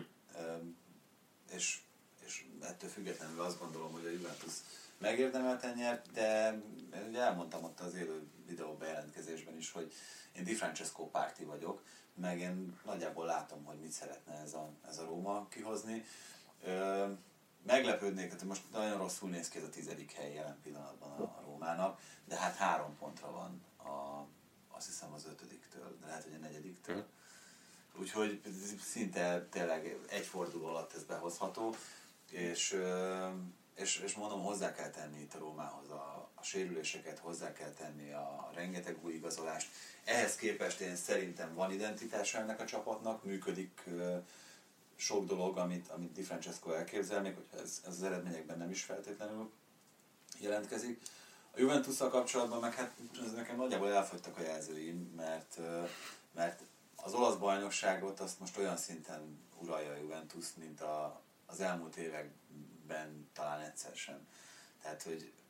És ettől függetlenül azt gondolom, hogy a Juventus megérdemelten nyert, de ugye elmondtam ott az élő videó bejelentkezésben is, hogy én Di Francesco párti vagyok, meg én nagyjából látom, hogy mit szeretne ez a Róma kihozni. Meglepődnék, hogy most nagyon rosszul néz ki ez a 10. hely jelen pillanatban a Rómának, de hát 3 pontra van azt hiszem az 5-től, de lehet, hogy a 4-től. Úgyhogy szinte tényleg egy forduló alatt ez behozható, és mondom, hozzá kell tenni itt a Rómához a sérüléseket, hozzá kell tenni a rengeteg új igazolást. Ehhez képest én szerintem van identitása ennek a csapatnak, működik sok dolog, amit Di Francesco elképzel, még hogyha ez az eredményekben nem is feltétlenül jelentkezik. A Juventusszal kapcsolatban meg hát ez nekem nagyjából elfogytak a jelzőim, mert az olasz bajnokságot azt most olyan szinten uralja a Juventus, mint az elmúlt években talán egyszer sem. Tehát, hogy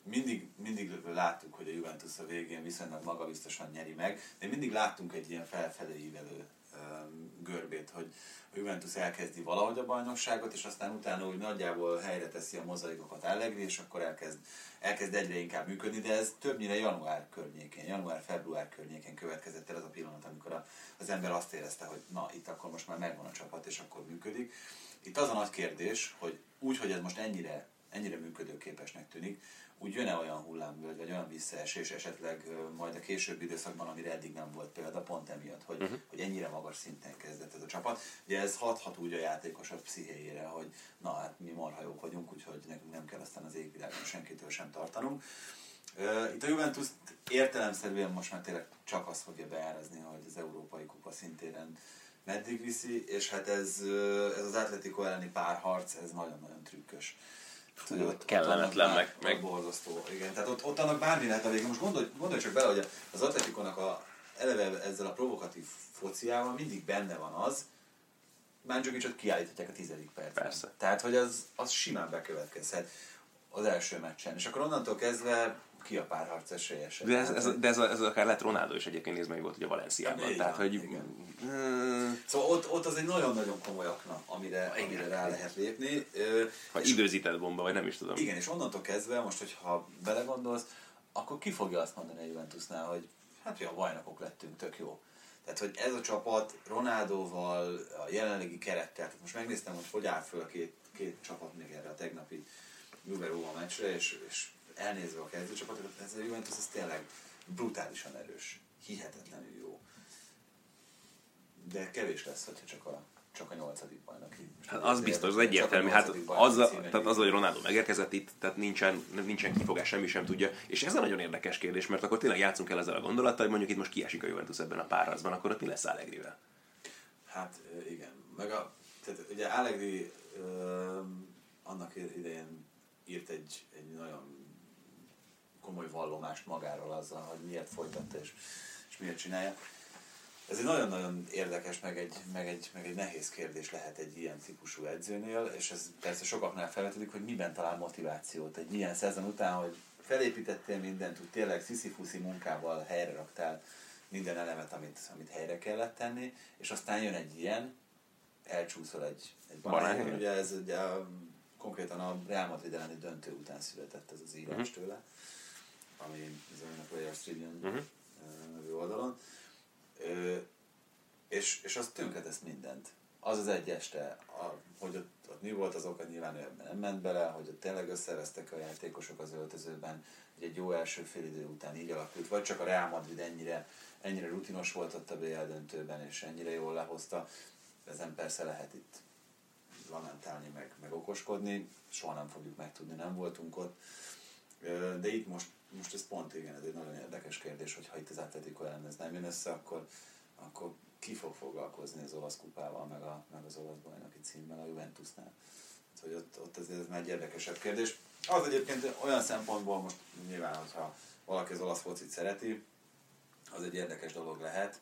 mindig láttuk, hogy a Juventus a végén viszonylag magabiztosan nyeri meg, de mindig láttunk egy ilyen felfelé ívelő görbét, hogy a Juventus elkezdi valahogy a bajnokságot, és aztán utána úgy nagyjából helyre teszi a mozaikokat Allegri, és akkor elkezd egyre inkább működni, de ez többnyire január-február környékén következett el az a pillanat, amikor az ember azt érezte, hogy na, itt akkor most már megvan a csapat, és akkor működik. Itt az a nagy kérdés, hogy úgy, hogy ez most ennyire működőképesnek tűnik, úgy jön-e olyan hullámvölgy, vagy olyan visszaesés esetleg majd a későbbi időszakban, amire eddig nem volt példa, pont emiatt, hogy ennyire magas szinten kezdett ez a csapat. Ugye ez hathat úgy a játékosok pszichéjére, hogy na hát mi marha jók vagyunk, úgyhogy nekünk nem kell aztán az égvilágon senkitől sem tartanunk. Itt a Juventus értelemszerűen most már tényleg csak azt fogja beárazni, hogy az Európai Kupa szintéren meddig viszi, és hát ez az Atletico elleni párharc, ez nagyon-nagyon trükkös. Ott kellemetlen, meg borzasztó. Igen, tehát ott annak bármi lehet a vége. Most gondolj csak bele, hogy az Atletico-nak eleve ezzel a provokatív fociával mindig benne van az, Mandzukićot kiállíthatják a 10. percben. Persze. Tehát, hogy az simán bekövetkezhet az első meccsen. És akkor onnantól kezdve ki a párharc esélyese. De ez akár lett Ronaldo is egyébként, nézd meg, volt ugye Valenciában. Tehát, hogy... Szóval ott az egy nagyon-nagyon komoly akna, amire rá lehet lépni. Vagy időzített bomba, vagy nem is tudom. Igen, és onnantól kezdve, most, hogyha belegondolsz, akkor ki fogja azt mondani a Juventusnál, hogy hát ja, bajnokok lettünk, tök jó. Tehát, hogy ez a csapat Ronaldóval, a jelenlegi kerettel, tehát most megnéztem, hogy áll föl a két csapat még erre a tegnapi Juve-Róma meccsre, és elnézve a kezdőcsapatot, ez a Juventus ez tényleg brutálisan erős, hihetetlenül jó. De kevés lesz, hogyha csak a 8. bajnoki. Hát az biztos, az egyértelmű. Hát az, hogy Ronaldo megérkezett itt, tehát nincsen kifogás, semmi sem tudja. És ez a nagyon érdekes kérdés, mert akkor tényleg játszunk el ezzel a gondolattal, hogy mondjuk itt most kiesik a Juventus ebben a párharcban, akkor ott mi lesz Allegrivel? Hát igen. Tehát ugye Allegri annak idején írt egy nagyon komoly vallomást magáról azzal, hogy miért folytatta és miért csinálja. Ez egy nagyon-nagyon érdekes, meg egy nehéz kérdés lehet egy ilyen típusú edzőnél, és ez persze sokaknál felvetődik, hogy miben talál motivációt egy ilyen szezon után, hogy felépítettél mindent, úgy tényleg sziszi-fuszi munkával helyre raktál minden elemet, amit helyre kellett tenni, és aztán jön egy ilyen, elcsúszol egy banán. Ugye ez ugye konkrétan a Real Madrid elleni döntő után született ez az írás tőle, ami a Players Tribune nevű oldalon. És az tönkretesz mindent. Az egy este, hogy ott mi volt az oka, nyilván ő ebben nem ment bele, hogy ott tényleg összevesztek a játékosok az öltözőben, hogy egy jó első fél idő után így alakult, vagy csak a Real Madrid ennyire rutinos volt ott a BL döntőben, és ennyire jól lehozta. Ezen persze lehet itt lamentálni, meg okoskodni, soha nem fogjuk megtudni, nem voltunk ott. De itt most ez pont igen, ez egy nagyon érdekes kérdés, hogy ha itt az Atletico ellen ez nem jön össze, akkor ki fog foglalkozni az olasz kupával, meg az olasz bajnoki címmel a Juventusnál. Hogy ott ez már egy érdekesebb kérdés. Az egyébként olyan szempontból most nyilván, hogyha valaki az olasz focit szereti, az egy érdekes dolog lehet,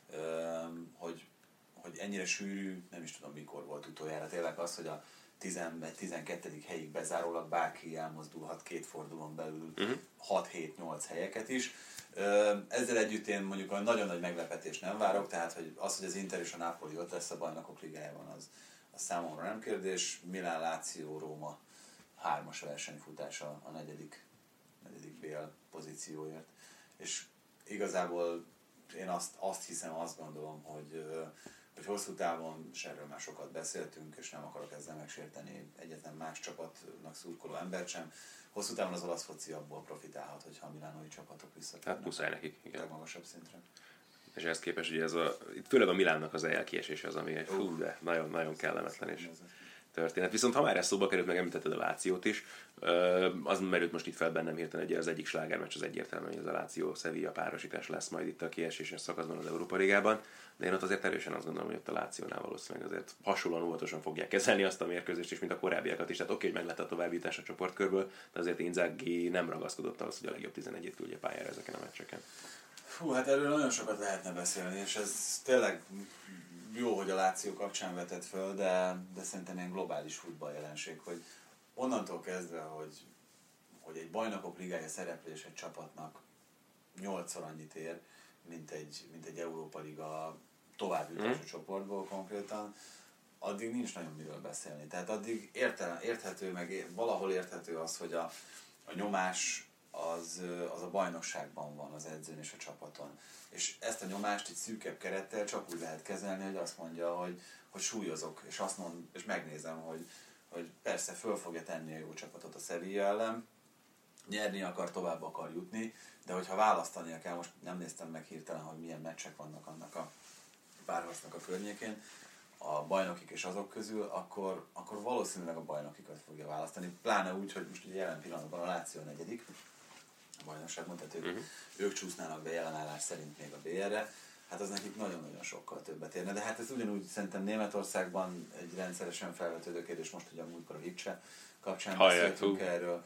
hogy ennyire sűrű, nem is tudom mikor volt utoljára, tényleg az, hogy a 11-12. helyig bezárólag bárki elmozdulhat 2 fordulón belül 6-7-8 helyeket is. Ezzel együtt én mondjuk olyan nagyon nagy meglepetés nem várok, tehát hogy az, hogy az Inter és a Napoli ott lesz a Bajnokok Ligájában, az számomra nem kérdés. Milán, Láció, Róma 3-as versenyfutása a negyedik BL pozícióért. És igazából én azt hiszem, azt gondolom, hogy hosszú távon, és erről már sokat beszéltünk, és nem akarok ezzel megsérteni egyetlen más csapatnak szurkoló embert sem. Hosszú távon az olasz foci abból profitálhat, hogyha a milánói csapatok visszatérnek. Hát muszáj nekik, igen. Legmagasabb szintre. És ehhez képest ugye főleg a Milánnak az elkiesése az, ami de nagyon kellemetlen és történet. Viszont ha már ez szóba került, meg említetted a Lációt is, az merült most itt fel bennem hirtelen, hogy az egyik slágermeccs az egyértelmű, hogy az a Láció-Sevilla párosítás lesz majd itt a kieséses szakaszban az Európa Ligában, de én ott azért erősen azt gondolom, hogy ott a Lációnál valószínűleg azért hasonlóan óvatosan fogják kezelni azt a mérkőzést is, mint a korábbiakat is. Tehát oké, hogy meg lett a továbbjutás a csoportkörбől, de azért Inzaghi nem ragaszkodott ahhoz, hogy a legjobb 11-et küldje pályára ezeken a meccseken. Hát erről nagyon sokat lehetne beszélni, és ez tényleg jó, hogy a Láció kapcsán vetett föl, de szerintem ilyen globális futballjelenség, hogy onnantól kezdve, hogy hogy egy bajnokok ligája szereplés egy csapatnak 8-szor annyit ér, mint egy Európa Liga továbbjutású csoportból konkrétan, addig nincs nagyon miről beszélni. Tehát addig érthető, meg valahol érthető az, hogy a nyomás az a bajnokságban van az edzőn és a csapaton. És ezt a nyomást egy szűkebb kerettel csak úgy lehet kezelni, hogy azt mondja, hogy súlyozok, és megnézem, hogy persze föl fogja tenni a jó csapatot a Sevilla ellen, nyerni akar, tovább akar jutni, de hogyha választania kell, most nem néztem meg hirtelen, hogy milyen meccsek vannak annak a párharcnak a környékén, a bajnokik és azok közül, akkor valószínűleg a bajnokikat fogja választani. Pláne úgy, hogy most ugye jelen pillanatban a Lazio a negyedik a bajnokságban, tehát ők csúsznának be jelenállás szerint még a BL-re, hát az nekik nagyon-nagyon sokkal többet érne. De hát ez ugyanúgy szerintem Németországban egy rendszeresen felvetődő kérdés, most ugye a múltkor a Lipcse kapcsán beszéltünk erről.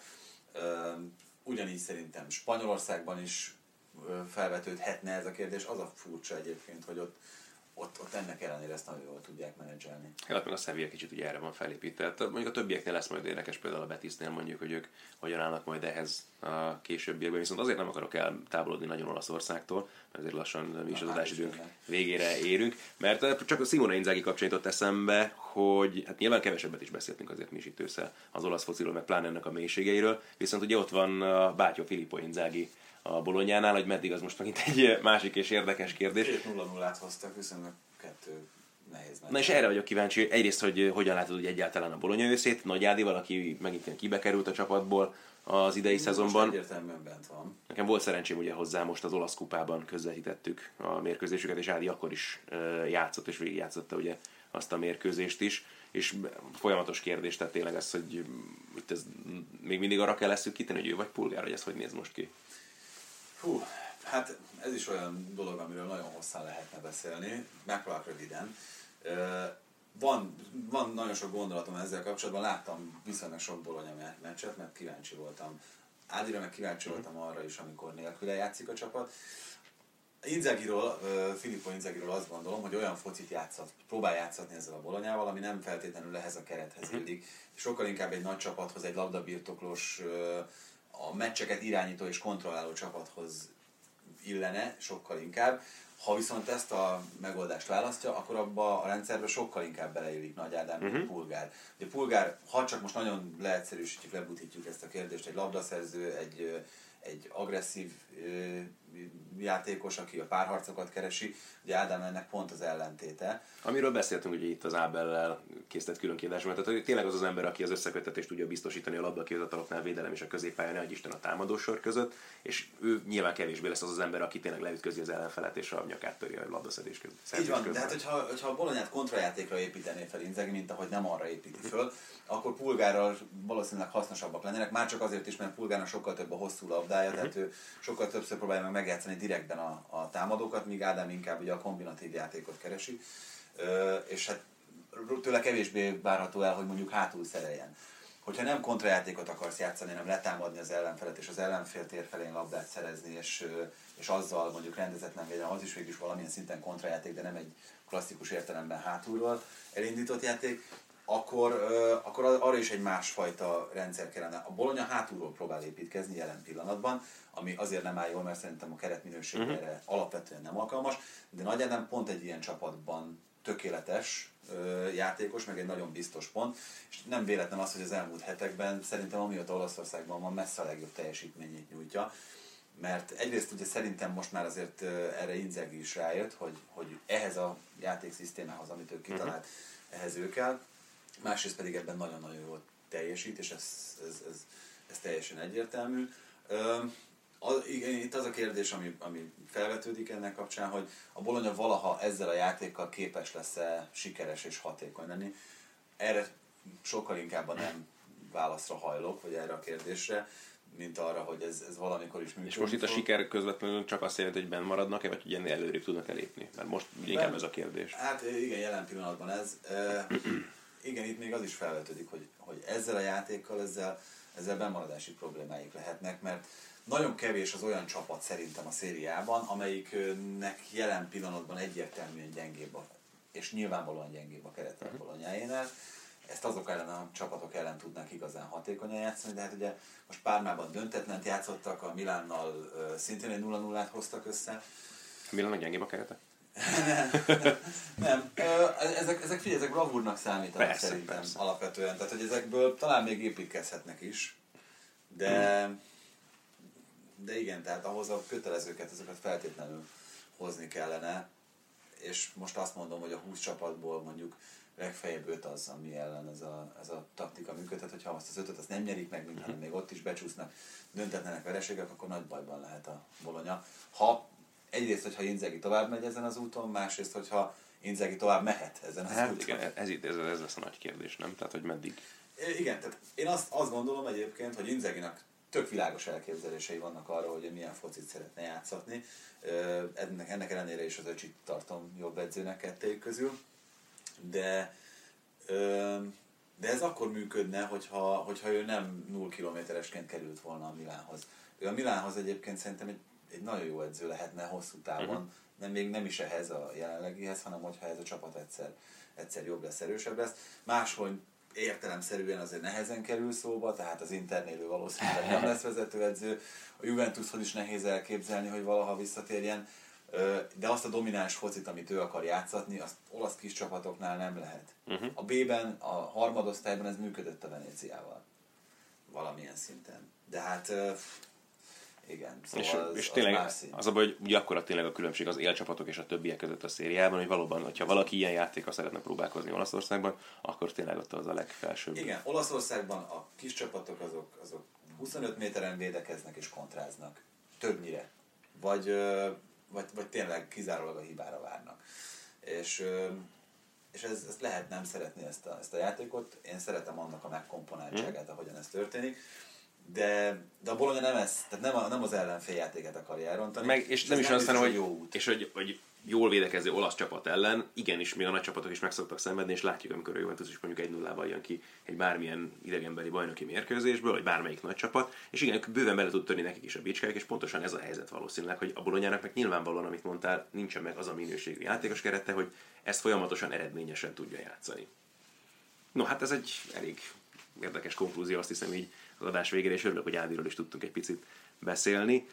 Ugyanígy szerintem Spanyolországban is felvetődhetne ez a kérdés. Az a furcsa egyébként, hogy ott ennek ellenére ezt nagyon jól tudják menedzselni. Hát meg a Sevilla kicsit ugye erre van felépítve. Mondjuk a többieknél lesz majd érdekes, például a Betisnél mondjuk, hogy ők hogyan állnak majd ehhez a későbbiekben. Viszont azért nem akarok eltávolodni nagyon Olaszországtól, mert azért lassan mi is az adásidőnk végére érünk. Mert csak a Simone Inzaghi kapcsán jutott eszembe, hogy hát nyilván kevesebbet is beszéltünk azért mi is itt ősszel az olasz fociról, meg pláne ennek a mélységeiről. Viszont ugye ott van a bátyja Filippo Inzaghi a Bolognánál, hogy meddig az most megint egy másik és érdekes kérdés. 2-0-0-át hoztak, viszont 2 nehéz. Na és erre vagyok kíváncsi, egyrészt, hogy hogyan látod hogy egyáltalán a Bologna őszét, Nagy Ádi valaki megint kibekerült a csapatból az idei szezonban. Most egyértelműen bent van. Nekem volt szerencsém ugye hozzá, most az olasz kupában közvetítettük a mérkőzésüket, és Ádi akkor is játszott, és végigjátszotta ugye azt a mérkőzést is. És folyamatos kérdés, tehát tényleg ez, hogy itt ez még mindig arra kell leszűkíteni, hogy ő vagy Pulgár, hogy ez hogy néz most ki? Hú, hát ez is olyan dolog, amiről nagyon hosszan lehetne beszélni, megpróbálok röviden. Van nagyon sok gondolatom ezzel kapcsolatban, láttam viszonylag sok Bologna meccset, mert kíváncsi voltam Ádira, meg kíváncsi voltam arra is, amikor nélküle játszik a csapat. Filippo Inzaghiról azt gondolom, hogy olyan focit próbál játszatni ezzel a Bolognával, ami nem feltétlenül ehhez a kerethez illik. Sokkal inkább egy nagy csapathoz, egy labdabirtoklós, a meccseket irányító és kontrolláló csapathoz illene, sokkal inkább. Ha viszont ezt a megoldást választja, akkor abba a rendszerbe sokkal inkább beleillik Nagy Ádám, mint Pulgár. Ugye Pulgár, ha csak most nagyon leegyszerűsítjük, lebutítjuk ezt a kérdést, egy labdaszerző, egy agresszív játékos, aki a párharcokat keresi, ugye Ádám ennek pont az ellentéte. Amiről beszéltünk ugye itt az Ábellel készített külön kérdésben, tehát tényleg az az ember, aki az összeköttetést tudja biztosítani a labdakihozataloknál, védelem és a középpályán, nehogy Isten a támadósor között, és ő nyilván kevésbé lesz az az ember, aki tényleg leütközi az ellenfelet és a nyakát töri a labdaszedés között. Így van, de hát hogyha a Bolognát kontrajátékra építené fel Inzaghi, mint ahogy nem arra építi föl, akkor Pulgárral valószínűleg hasznosabbak lennének, már csak azért is, mert Pulgárnak sokkal több a hosszú labdája, tehát ő sokkal többször próbálja megjátszani direktben a támadókat, míg Ádám inkább ugye a kombinatív játékot keresi, és hát tőle kevésbé várható el, hogy mondjuk hátul szereljen. Hogyha nem kontrajátékot akarsz játszani, hanem letámadni az ellenfelet, és az ellenfél tér felén labdát szerezni, és azzal mondjuk rendezetlen védelem, az is végül valamilyen szinten kontrajáték, de nem egy klasszikus értelemben hátulról elindított játék, akkor arra is egy másfajta rendszer kellene. A Bologna hátulról próbál építkezni jelen pillanatban, ami azért nem áll jól, mert szerintem a keretminőség erre alapvetően nem alkalmas, de Nagy Ádám pont egy ilyen csapatban tökéletes játékos, meg egy nagyon biztos pont, és nem véletlen az, hogy az elmúlt hetekben szerintem amióta Olaszországban van messze a legjobb teljesítményét nyújtja, mert egyrészt ugye szerintem most már azért erre Inzaghi is rájött, hogy ehhez a játékszisztémához, amit ő kitalált, ehhez ő kell, másrészt pedig ebben nagyon-nagyon jól teljesít, és ez teljesen egyértelmű. Itt az a kérdés, ami felvetődik ennek kapcsán, hogy a Bologna valaha ezzel a játékkal képes lesz-e sikeres és hatékony lenni. Erre sokkal inkább a nem válaszra hajlok, vagy erre a kérdésre, mint arra, hogy ez valamikor is működik. És most itt a siker közvetlenül csak azt jelenti, hogy benn maradnak-e, vagy hogy ennél előrébb tudnak elépni? Mert most inkább ez a kérdés. Hát igen, jelen pillanatban ez. Igen, itt még az is felvetődik, hogy ezzel a játékkal, ezzel bemaradási problémáik lehetnek, mert nagyon kevés az olyan csapat szerintem a szériában, amelyiknek jelen pillanatban egyértelműen gyengébb, és nyilvánvalóan gyengébb a kerete a Bolognáénál, ezt azok ellen a csapatok ellen tudnák igazán hatékonyan játszani, de hát ugye most Parmában döntetlent játszottak, a Milánnal szintén egy 0-0-át hoztak össze. A Milánnak gyengébb a kerete? Nem. Ezek bravúrnak számítanak persze, szerintem persze. Alapvetően. Tehát, hogy ezekből talán még építkezhetnek is, de igen, tehát ahhoz a kötelezőket, ezeket feltétlenül hozni kellene, és most azt mondom, hogy a 20 csapatból mondjuk legfeljebb 5 az, ami ellen ez a taktika működhet, hogyha azt az 5-öt azt nem nyerik meg, mint hanem még ott is becsúsznak döntetlenek vereségek, akkor nagy bajban lehet a Bologna. Egyrészt, hogyha Inzaghi tovább megy ezen az úton, másrészt, hogyha Inzaghi tovább mehet ezen az úton. Igen, ez lesz a nagy kérdés, nem? Tehát, hogy meddig? Igen, tehát én azt gondolom egyébként, hogy Inzaghinak tök világos elképzelései vannak arra, hogy milyen focit szeretne játszatni. Ennek ellenére is az Öcsit tartom jobb edzőnek kettőjük közül. De ez akkor működne, hogyha ő nem 0 kilométeresként került volna a Milánhoz. Ő a Milánhoz egyébként szerintem egy nagyon jó edző lehetne hosszú távon, még nem is ehhez a jelenlegihez, hanem hogyha ez a csapat egyszer jobb lesz, erősebb lesz. Máshol értelemszerűen azért nehezen kerül szóba, tehát az Internél valószínűleg nem lesz vezetőedző. A Juventushoz is nehéz elképzelni, hogy valaha visszatérjen, de azt a domináns focit, amit ő akar játszatni, azt olasz kis csapatoknál nem lehet. A B-ben, a harmadosztályban ez működött a Venéciával. Valamilyen szinten. De hát igen, szóval és tényleg az a baj, hogy ugye akkora tényleg a különbség az élcsapatok és a többiek között a szériában, hogy valóban, hogyha valaki ilyen játékkal szeretne próbálkozni Olaszországban, akkor tényleg ott az a legfelsőbb. Igen, Olaszországban a kis csapatok azok 25 méteren védekeznek és kontráznak. Többnyire. Vagy tényleg kizárólag a hibára várnak. És ezt lehet nem szeretni ezt a játékot. Én szeretem annak a megkomponáltságát, ahogyan ez történik. De a Bologna nem tehát nem az ellenfél játéket akarja elrontani. És nem is azt mondom, hogy jól védekező olasz csapat ellen, igenis még a nagy csapatok is meg szoktak szenvedni, és látjuk, amikor a Juventus is mondjuk 1-0-val jön ki egy bármilyen idegenbeli bajnoki mérkőzésből, vagy bármelyik nagy csapat, és igen, bőven bele tud törni nekik is a bicskák, és pontosan ez a helyzet valószínűleg, hogy a Bolognának meg nyilvánvalóan, amit mondtál, nincsen meg az a minőségű játékos kerete, hogy ezt folyamatosan eredményesen tudja játszani. No, hát ez egy elég érdekes konklúzió, azt hiszem így az adás végére, és örülök, hogy Ádiról is tudtunk egy picit beszélni.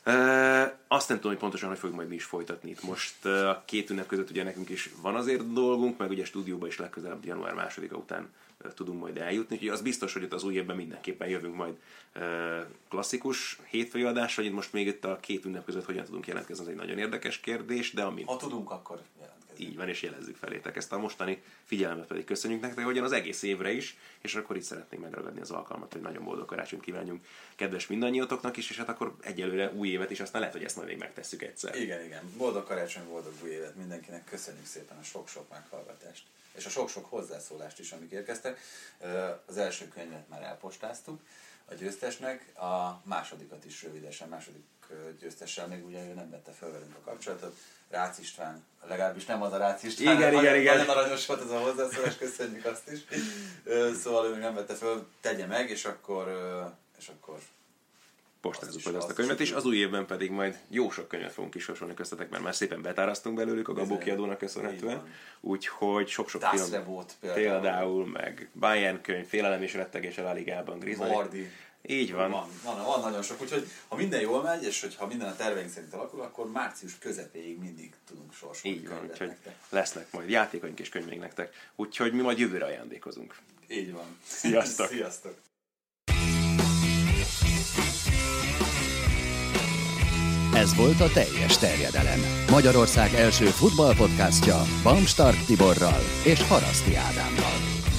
Azt nem tudom, hogy pontosan hogy fogjuk majd mi is folytatni itt most. A két ünnep között ugye nekünk is van azért dolgunk, meg ugye stúdióban is legközelebb január 2-a után tudunk majd eljutni. Úgyhogy az biztos, hogy itt az új évben mindenképpen jövünk majd klasszikus hétfői adás, vagy itt most még itt a két ünnep között hogyan tudunk jelentkezni, az egy nagyon érdekes kérdés, de amint... Ha tudunk, akkor jelentkezünk. Így van, és jelezzük felétek ezt a mostani figyelmet, pedig köszönjük nektek, hogyan az egész évre is, és akkor itt szeretnénk megragadni az alkalmat, hogy nagyon boldog karácsonyt kívánjunk kedves mindannyiatoknak is, és hát akkor egyelőre új évet is, aztán lehet, hogy ezt majd még megtesszük egyszer. Igen. Boldog karácsony, boldog új évet mindenkinek, köszönjük szépen a sok-sok meghallgatást, és a sok-sok hozzászólást is, amik érkeztek. Az első könyvet már elpostáztuk a győztesnek, a másodikat is rövidesen, második győztessel még ugye ő nem vette fel velünk a kapcsolatot. Rácz István, legalábbis nem az a Rácz István, igen. Nagyon aranyos volt ez a hozzászólás, köszönjük azt is. Szóval ő még nem vette fel, tegye meg, és akkor postázzuk majd azt a könyvet, és az új évben pedig majd jó sok könyvet fogunk kisorsolni köztetek, mert már szépen betárasztunk belőlük a Gabó kiadónak köszönhetően. Úgyhogy sok-sok film például, meg Bayern könyv, Félelem és rettegés a La Ligában, Vardy. Így van. Van nagyon sok, úgyhogy ha minden jól megy, és ha minden a terveink szerint alakul, akkor március közepéig mindig tudunk sorsolni. Így van, úgyhogy lesznek majd játékaink és könyveink nektek, úgyhogy mi majd jövőre ajándékozunk. Így van. Sziasztok! Sziasztok! Ez volt a Teljes terjedelem. Magyarország első futballpodcastja Bamstark Tiborral és Haraszti Ádámmal.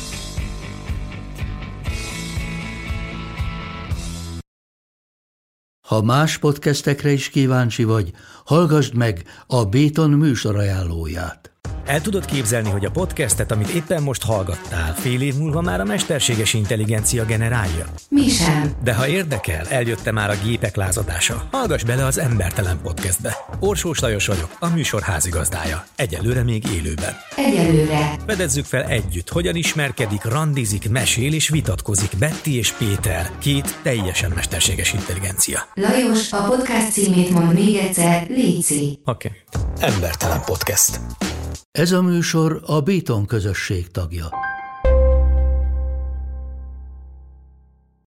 Ha más podcastekre is kíváncsi vagy, hallgassd meg a Béton műsor ajánlóját. El tudod képzelni, hogy a podcastet, amit éppen most hallgattál, fél év múlva már a mesterséges intelligencia generálja? Mi sem. De ha érdekel, eljött már a gépek lázadása. Hallgass bele az Embertelen podcastbe. Orsós Lajos vagyok, a műsor házigazdája. Egyelőre még élőben. Egyelőre. Fedezzük fel együtt, hogyan ismerkedik, randizik, mesél és vitatkozik Betty és Péter, két teljesen mesterséges intelligencia. Lajos, a podcast címét mond még egyszer, léci. Oké. Embertelen podcast. Ez a műsor a Béton közösség tagja.